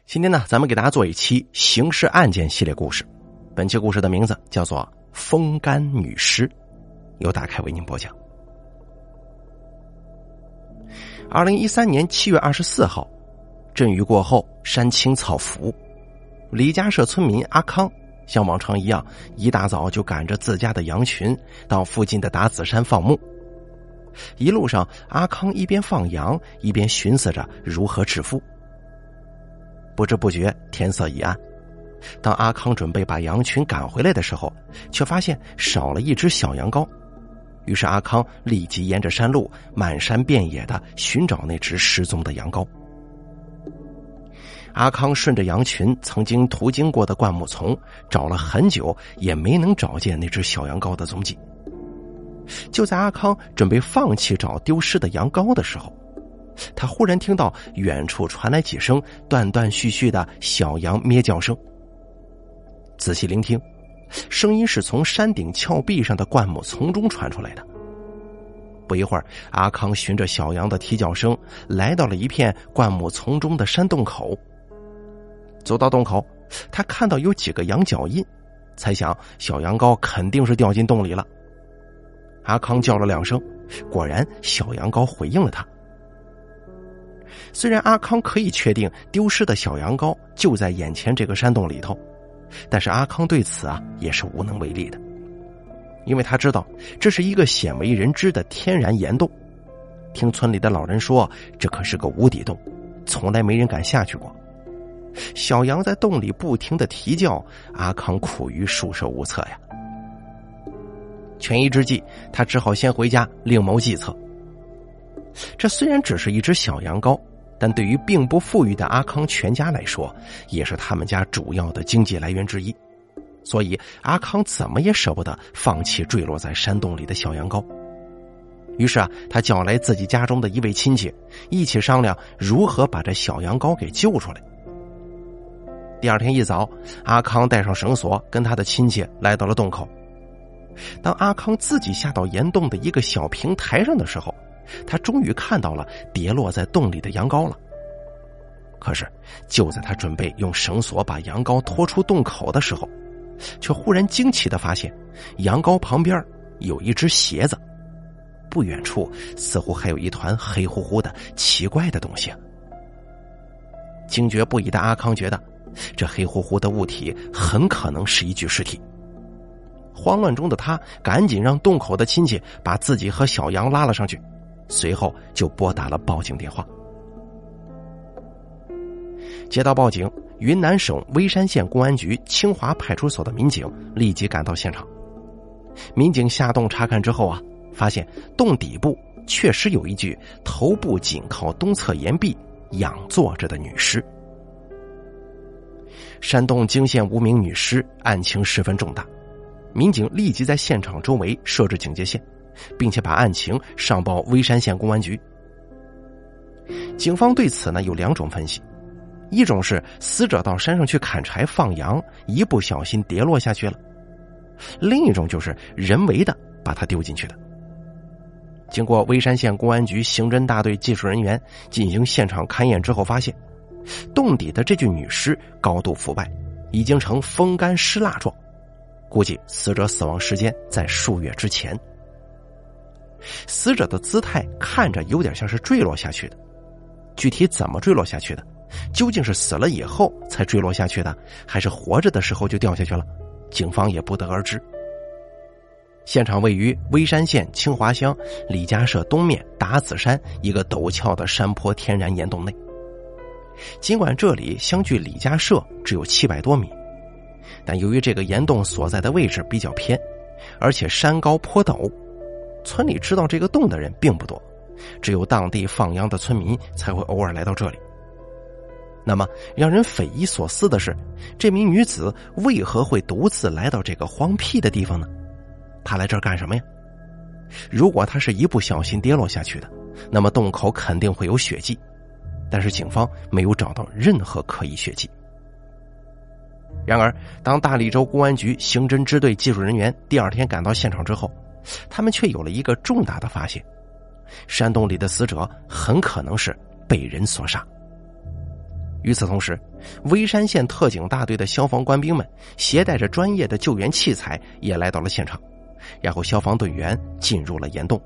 今天呢，咱们给大家做一期刑事案件系列故事。本期故事的名字叫做《风干女尸》，由大凯为您播讲。2013年7月24号，阵雨过后，山青草伏，李家社村民阿康像往常一样，一大早就赶着自家的羊群到附近的达子山放牧。一路上，阿康一边放羊，一边寻思着如何致富。不知不觉，天色已暗。当阿康准备把羊群赶回来的时候，却发现少了一只小羊羔。于是阿康立即沿着山路满山遍野的寻找那只失踪的羊羔。阿康顺着羊群曾经途经过的灌木丛找了很久，也没能找见那只小羊羔的踪迹。就在阿康准备放弃找丢失的羊羔的时候，他忽然听到远处传来几声断断续续的小羊咩叫声。仔细聆听，声音是从山顶峭壁上的灌木丛中传出来的。不一会儿，阿康循着小羊的啼叫声来到了一片灌木丛中的山洞口。走到洞口，他看到有几个羊脚印，猜想小羊羔肯定是掉进洞里了。阿康叫了2声，果然小羊羔回应了他。虽然阿康可以确定丢失的小羊羔就在眼前这个山洞里头，但是阿康对此也是无能为力的，因为他知道这是一个鲜为人知的天然岩洞。听村里的老人说，这可是个无底洞，从来没人敢下去过。小羊在洞里不停地啼叫，阿康苦于束手无策呀。权宜之计，他只好先回家另谋计策。这虽然只是一只小羊羔，但对于并不富裕的阿康全家来说，也是他们家主要的经济来源之一。所以阿康怎么也舍不得放弃坠落在山洞里的小羊羔。于是他叫来自己家中的一位亲戚，一起商量如何把这小羊羔给救出来。第二天一早，阿康带上绳索，跟他的亲戚来到了洞口。当阿康自己下到岩洞的一个小平台上的时候，他终于看到了跌落在洞里的羊羔了。可是就在他准备用绳索把羊羔拖出洞口的时候，却忽然惊奇地发现羊羔旁边有一只鞋子，不远处似乎还有一团黑乎乎的奇怪的东西。惊觉不已的阿康觉得这黑乎乎的物体很可能是一具尸体。慌乱中的他赶紧让洞口的亲戚把自己和小羊拉了上去，随后就拨打了报警电话。接到报警，云南省微山县公安局清华派出所的民警立即赶到现场。民警下洞查看之后发现洞底部确实有一具头部紧靠东侧岩壁仰坐着的女尸。山洞惊现无名女尸，案情十分重大，民警立即在现场周围设置警戒线，并且把案情上报微山县公安局。警方对此有2种分析，一种是死者到山上去砍柴放羊，一不小心跌落下去了；另一种就是人为的把他丢进去的。经过微山县公安局刑侦大队技术人员进行现场勘验之后，发现洞底的这具女尸高度腐败，已经呈风干湿蜡状，估计死者死亡时间在数月之前。死者的姿态看着有点像是坠落下去的，具体怎么坠落下去的，究竟是死了以后才坠落下去的，还是活着的时候就掉下去了，警方也不得而知。现场位于微山县清华乡李家社东面达子山一个陡峭的山坡天然岩洞内。尽管这里相距李家社只有700多米，但由于这个岩洞所在的位置比较偏，而且山高坡陡，村里知道这个洞的人并不多，只有当地放羊的村民才会偶尔来到这里。那么让人匪夷所思的是，这名女子为何会独自来到这个荒僻的地方呢？她来这儿干什么呀？如果她是一不小心跌落下去的，那么洞口肯定会有血迹，但是警方没有找到任何可疑血迹。然而当大理州公安局刑侦支队技术人员第2天赶到现场之后，他们却有了一个重大的发现，山洞里的死者很可能是被人所杀。 与此同时，微山县特警大队的消防官兵们携带着专业的救援器材也来到了现场，然后消防队员进入了岩洞。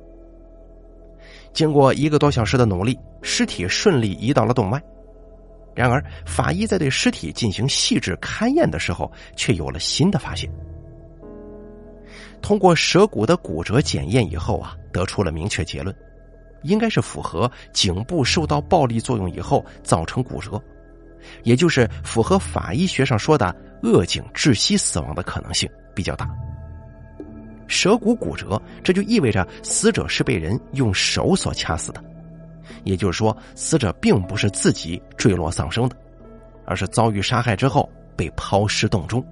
经过1个多小时的努力，尸体顺利移到了洞外。然而法医在对尸体进行细致勘验的时候，却有了新的发现。通过舌骨的骨折检验以后得出了明确结论，应该是符合颈部受到暴力作用以后造成骨折，也就是符合法医学上说的扼颈窒息死亡的可能性比较大。舌骨骨折，这就意味着死者是被人用手所掐死的，也就是说死者并不是自己坠落丧生的，而是遭遇杀害之后被抛尸洞中。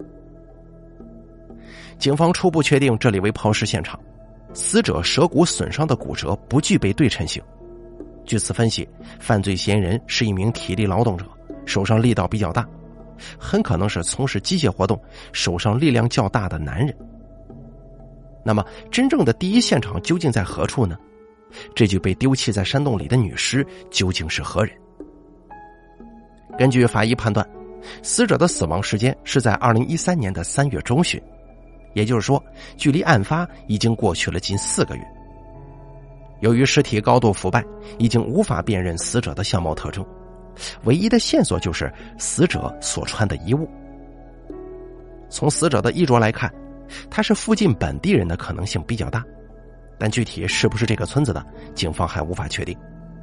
警方初步确定这里为抛尸现场，死者舌骨损伤的骨折不具备对称性。据此分析，犯罪嫌疑人是一名体力劳动者，手上力道比较大，很可能是从事机械活动，手上力量较大的男人。那么真正的第一现场究竟在何处呢？这具被丢弃在山洞里的女尸究竟是何人？根据法医判断，死者的死亡时间是在2013年的3月中旬，也就是说距离案发已经过去了近4个月。由于尸体高度腐败，已经无法辨认死者的相貌特征，唯一的线索就是死者所穿的衣物。从死者的衣着来看，他是附近本地人的可能性比较大，但具体是不是这个村子的，警方还无法确定。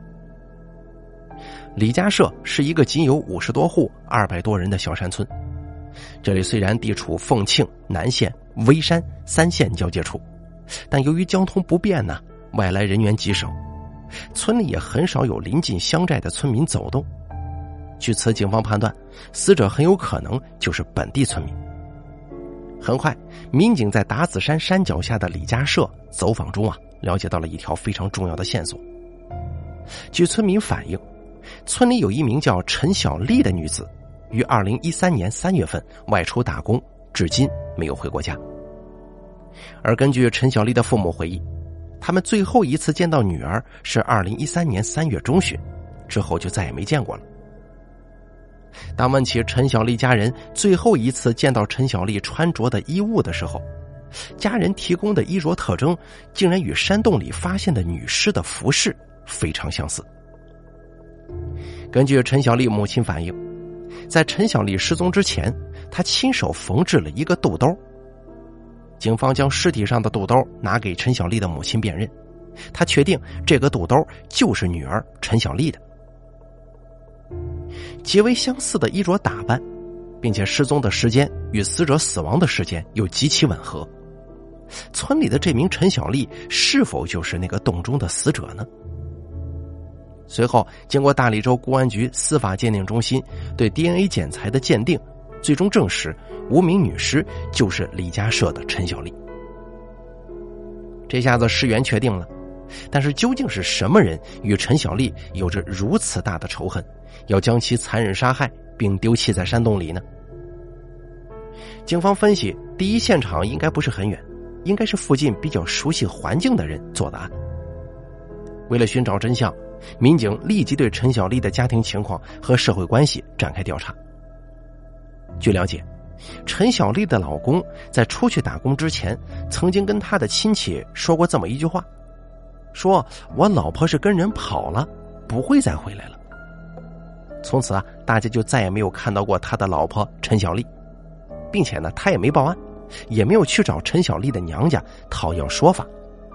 李家社是一个仅有50多户、200多人的小山村，这里虽然地处凤庆、南县、微山3县交界处，但由于交通不便外来人员极少，村里也很少有临近乡寨的村民走动。据此，警方判断死者很有可能就是本地村民。很快，民警在达子山山脚下的李家社走访中了解到了一条非常重要的线索。据村民反映，村里有一名叫陈小丽的女子，于2013年3月份外出打工，至今没有回过家。而根据陈小丽的父母回忆，他们最后一次见到女儿是2013年3月中旬，之后就再也没见过了。当问起陈小丽家人最后一次见到陈小丽穿着的衣物的时候，家人提供的衣着特征竟然与山洞里发现的女尸的服饰非常相似。根据陈小丽母亲反映，在陈小丽失踪之前，她亲手缝制了一个肚兜。警方将尸体上的肚兜拿给陈小丽的母亲辨认，她确定这个肚兜就是女儿陈小丽的。极为相似的衣着打扮，并且失踪的时间与死者死亡的时间又极其吻合，村里的这名陈小丽是否就是那个洞中的死者呢？随后经过大理州公安局司法鉴定中心对 DNA 检材的鉴定，最终证实无名女尸就是李家社的陈小丽。这下子尸源确定了，但是究竟是什么人与陈小丽有着如此大的仇恨，要将其残忍杀害并丢弃在山洞里呢？警方分析，第一现场应该不是很远，应该是附近比较熟悉环境的人做的案。为了寻找真相，民警立即对陈小丽的家庭情况和社会关系展开调查。据了解，陈小丽的老公在出去打工之前，曾经跟他的亲戚说过这么一句话，说我老婆是跟人跑了，不会再回来了。从此大家就再也没有看到过他的老婆陈小丽，并且他也没报案，也没有去找陈小丽的娘家讨要说法。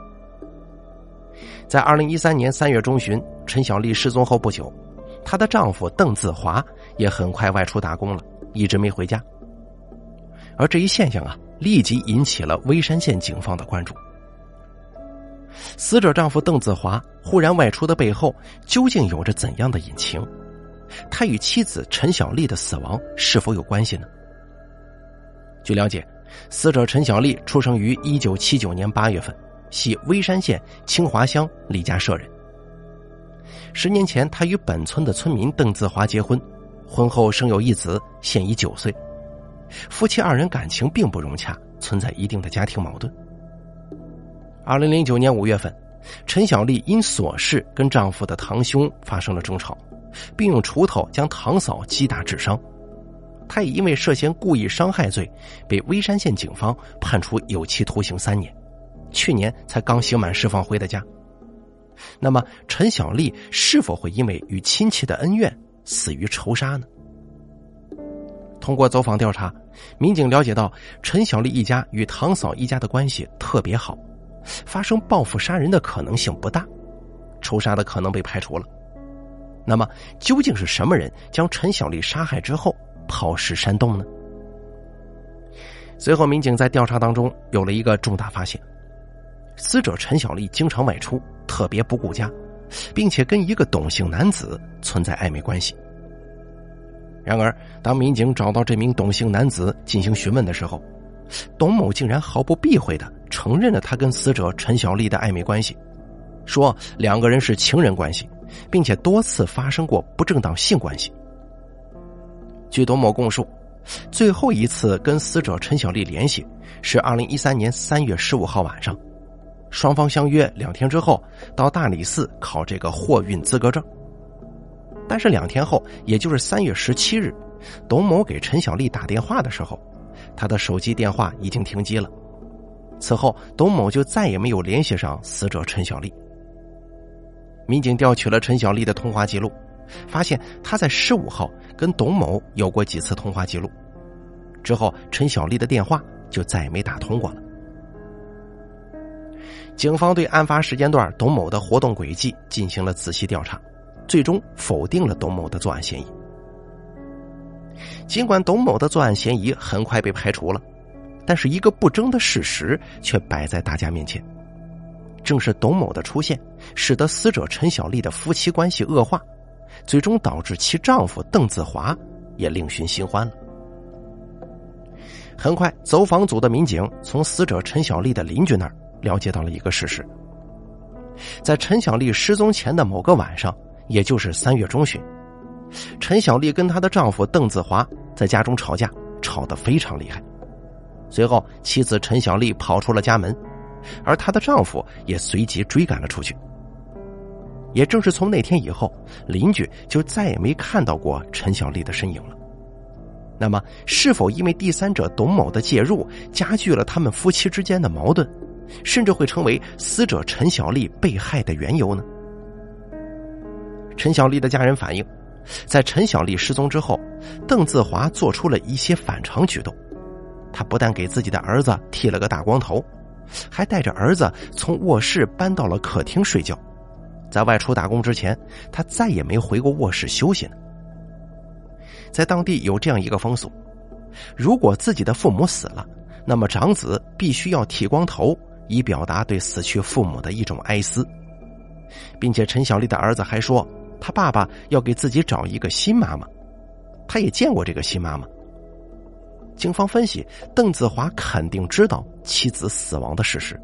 在2013年3月中旬，陈小丽失踪后不久，她的丈夫邓自华也很快外出打工了，一直没回家。而这一现象立即引起了微山县警方的关注。死者丈夫邓自华忽然外出的背后究竟有着怎样的隐情？他与妻子陈小丽的死亡是否有关系呢？据了解，死者陈小丽出生于1979年8月份，系微山县清华乡李家社人。10年前，他与本村的村民邓自华结婚，婚后生有一子，现已9岁。夫妻2人感情并不融洽，存在一定的家庭矛盾。2009年5月份，陈小丽因琐事跟丈夫的堂兄发生了争吵， 并用锄头将堂嫂击打致伤。他也因为涉嫌故意伤害罪被微山县警方判处有期徒刑3年，去年才刚刑满释放回的家。那么陈小丽是否会因为与亲戚的恩怨死于仇杀呢？通过走访调查，民警了解到陈小丽一家与堂嫂一家的关系特别好，发生报复杀人的可能性不大，仇杀的可能被排除了。那么究竟是什么人将陈小丽杀害之后抛尸山洞呢？随后民警在调查当中有了一个重大发现，死者陈小丽经常外出，特别不顾家，并且跟一个董姓男子存在暧昧关系。然而当民警找到这名董姓男子进行询问的时候，董某竟然毫不避讳地承认了他跟死者陈小丽的暧昧关系，说2个人是情人关系，并且多次发生过不正当性关系。据董某供述，最后一次跟死者陈小丽联系是2013年3月15号晚上，双方相约2天之后到大理寺考这个货运资格证。但是2天后，也就是3月17日，董某给陈小丽打电话的时候，他的手机电话已经停机了。此后董某就再也没有联系上死者陈小丽。民警调取了陈小丽的通话记录，发现他在15号跟董某有过几次通话记录，之后陈小丽的电话就再也没打通过了。警方对案发时间段董某的活动轨迹进行了仔细调查，最终否定了董某的作案嫌疑。尽管董某的作案嫌疑很快被排除了，但是一个不争的事实却摆在大家面前，正是董某的出现使得死者陈小丽的夫妻关系恶化，最终导致其丈夫邓自华也另寻新欢了。很快走访组的民警从死者陈小丽的邻居那儿了解到了一个事实，在陈小丽失踪前的某个晚上，也就是3月中旬，陈小丽跟她的丈夫邓自华在家中吵架，吵得非常厉害。随后妻子陈小丽跑出了家门，而她的丈夫也随即追赶了出去。也正是从那天以后，邻居就再也没看到过陈小丽的身影了。那么是否因为第三者董某的介入加剧了他们夫妻之间的矛盾，甚至会成为死者陈小丽被害的缘由呢？陈小丽的家人反映，在陈小丽失踪之后，邓自华做出了一些反常举动。他不但给自己的儿子剃了个大光头，还带着儿子从卧室搬到了客厅睡觉。在外出打工之前，他再也没回过卧室休息呢。在当地有这样一个风俗，如果自己的父母死了，那么长子必须要剃光头，以表达对死去父母的一种哀思。并且陈小丽的儿子还说，他爸爸要给自己找一个新妈妈，他也见过这个新妈妈。警方分析，邓自华肯定知道妻子死亡的事实。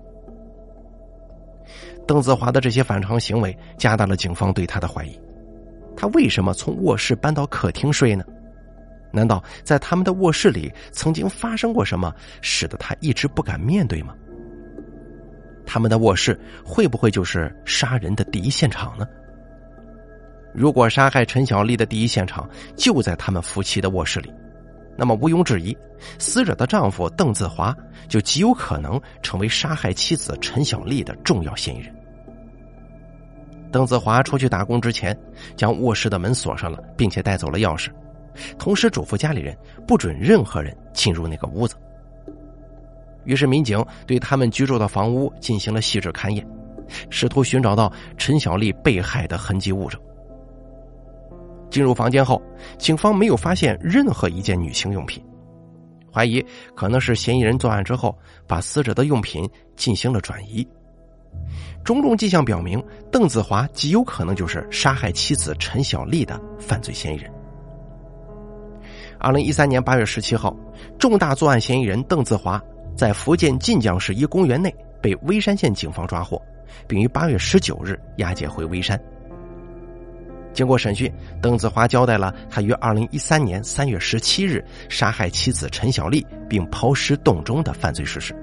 邓自华的这些反常行为加大了警方对他的怀疑。他为什么从卧室搬到客厅睡呢？难道在他们的卧室里曾经发生过什么，使得他一直不敢面对吗？他们的卧室会不会就是杀人的第一现场呢？如果杀害陈小丽的第一现场就在他们夫妻的卧室里，那么毋庸置疑，死者的丈夫邓自华就极有可能成为杀害妻子陈小丽的重要嫌疑人。邓自华出去打工之前，将卧室的门锁上了，并且带走了钥匙，同时嘱咐家里人不准任何人进入那个屋子。于是民警对他们居住的房屋进行了细致勘验，试图寻找到陈小丽被害的痕迹物证。进入房间后，警方没有发现任何一件女性用品，怀疑可能是嫌疑人作案之后把死者的用品进行了转移。种种迹象表明，邓自华极有可能就是杀害妻子陈小丽的犯罪嫌疑人。2013年8月17号，重大作案嫌疑人邓自华在福建晋江市一公园内被微山县警方抓获，并于8月19日押解回微山。经过审讯，邓自华交代了他于2013年3月17日杀害妻子陈小丽并抛尸洞中的犯罪事实。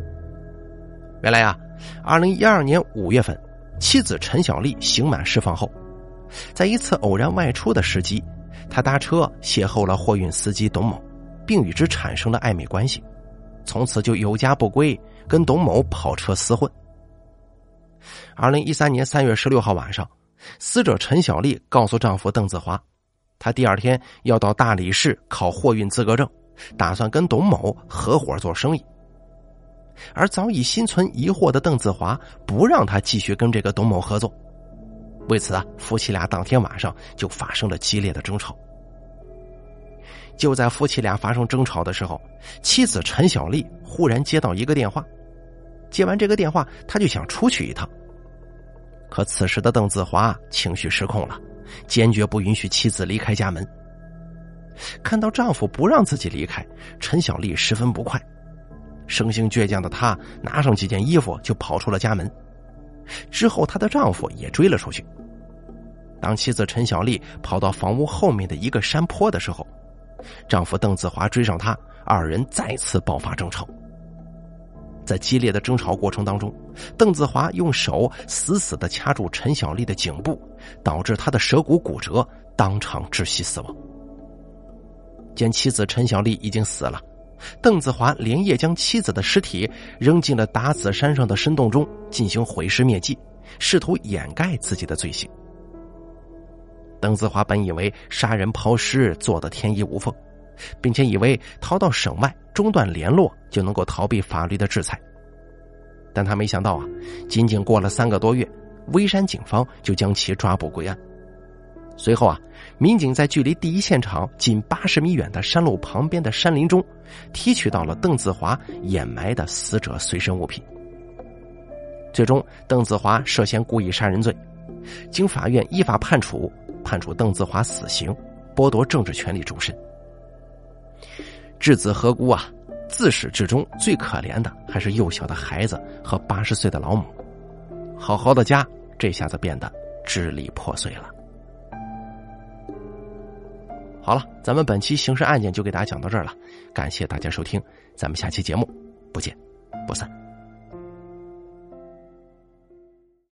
原来2012年5月份，妻子陈小丽刑满释放后， 在一次偶然外出的时机，他搭车邂逅了货运司机董某，并与之产生了暧昧关系，从此就有家不归，跟董某跑车厮混。2013年3月16号晚上，死者陈小丽告诉丈夫邓子华，她第二天要到大理市考货运资格证，打算跟董某合伙做生意。而早已心存疑惑的邓子华不让她继续跟这个董某合作，为此夫妻俩当天晚上就发生了激烈的争吵。就在夫妻俩发生争吵的时候，妻子陈小丽忽然接到一个电话，接完这个电话，她就想出去一趟。可此时的邓子华情绪失控了，坚决不允许妻子离开家门。看到丈夫不让自己离开，陈小丽十分不快，生性倔强的她拿上几件衣服就跑出了家门。之后她的丈夫也追了出去。当妻子陈小丽跑到房屋后面的一个山坡的时候，丈夫邓子华追上她，二人再次爆发争吵。在激烈的争吵过程当中，邓子华用手死死地掐住陈小丽的颈部，导致她的舌骨骨折，当场窒息死亡。见妻子陈小丽已经死了，邓子华连夜将妻子的尸体扔进了打子山上的深洞中进行毁尸灭迹，试图掩盖自己的罪行。邓子华本以为杀人抛尸做得天衣无缝，并且以为逃到省外中断联络就能够逃避法律的制裁，但他没想到仅仅过了3个多月，微山警方就将其抓捕归案。随后民警在距离第一现场仅80米远的山路旁边的山林中提取到了邓子华掩埋的死者随身物品。最终邓子华涉嫌故意杀人罪，经法院依法判处邓子华死刑，剥夺政治权利终身。稚子何辜自始至终最可怜的还是幼小的孩子和80岁的老母，好好的家这下子变得支离破碎了。好了，咱们本期刑事案件就给大家讲到这儿了，感谢大家收听，咱们下期节目不见不散。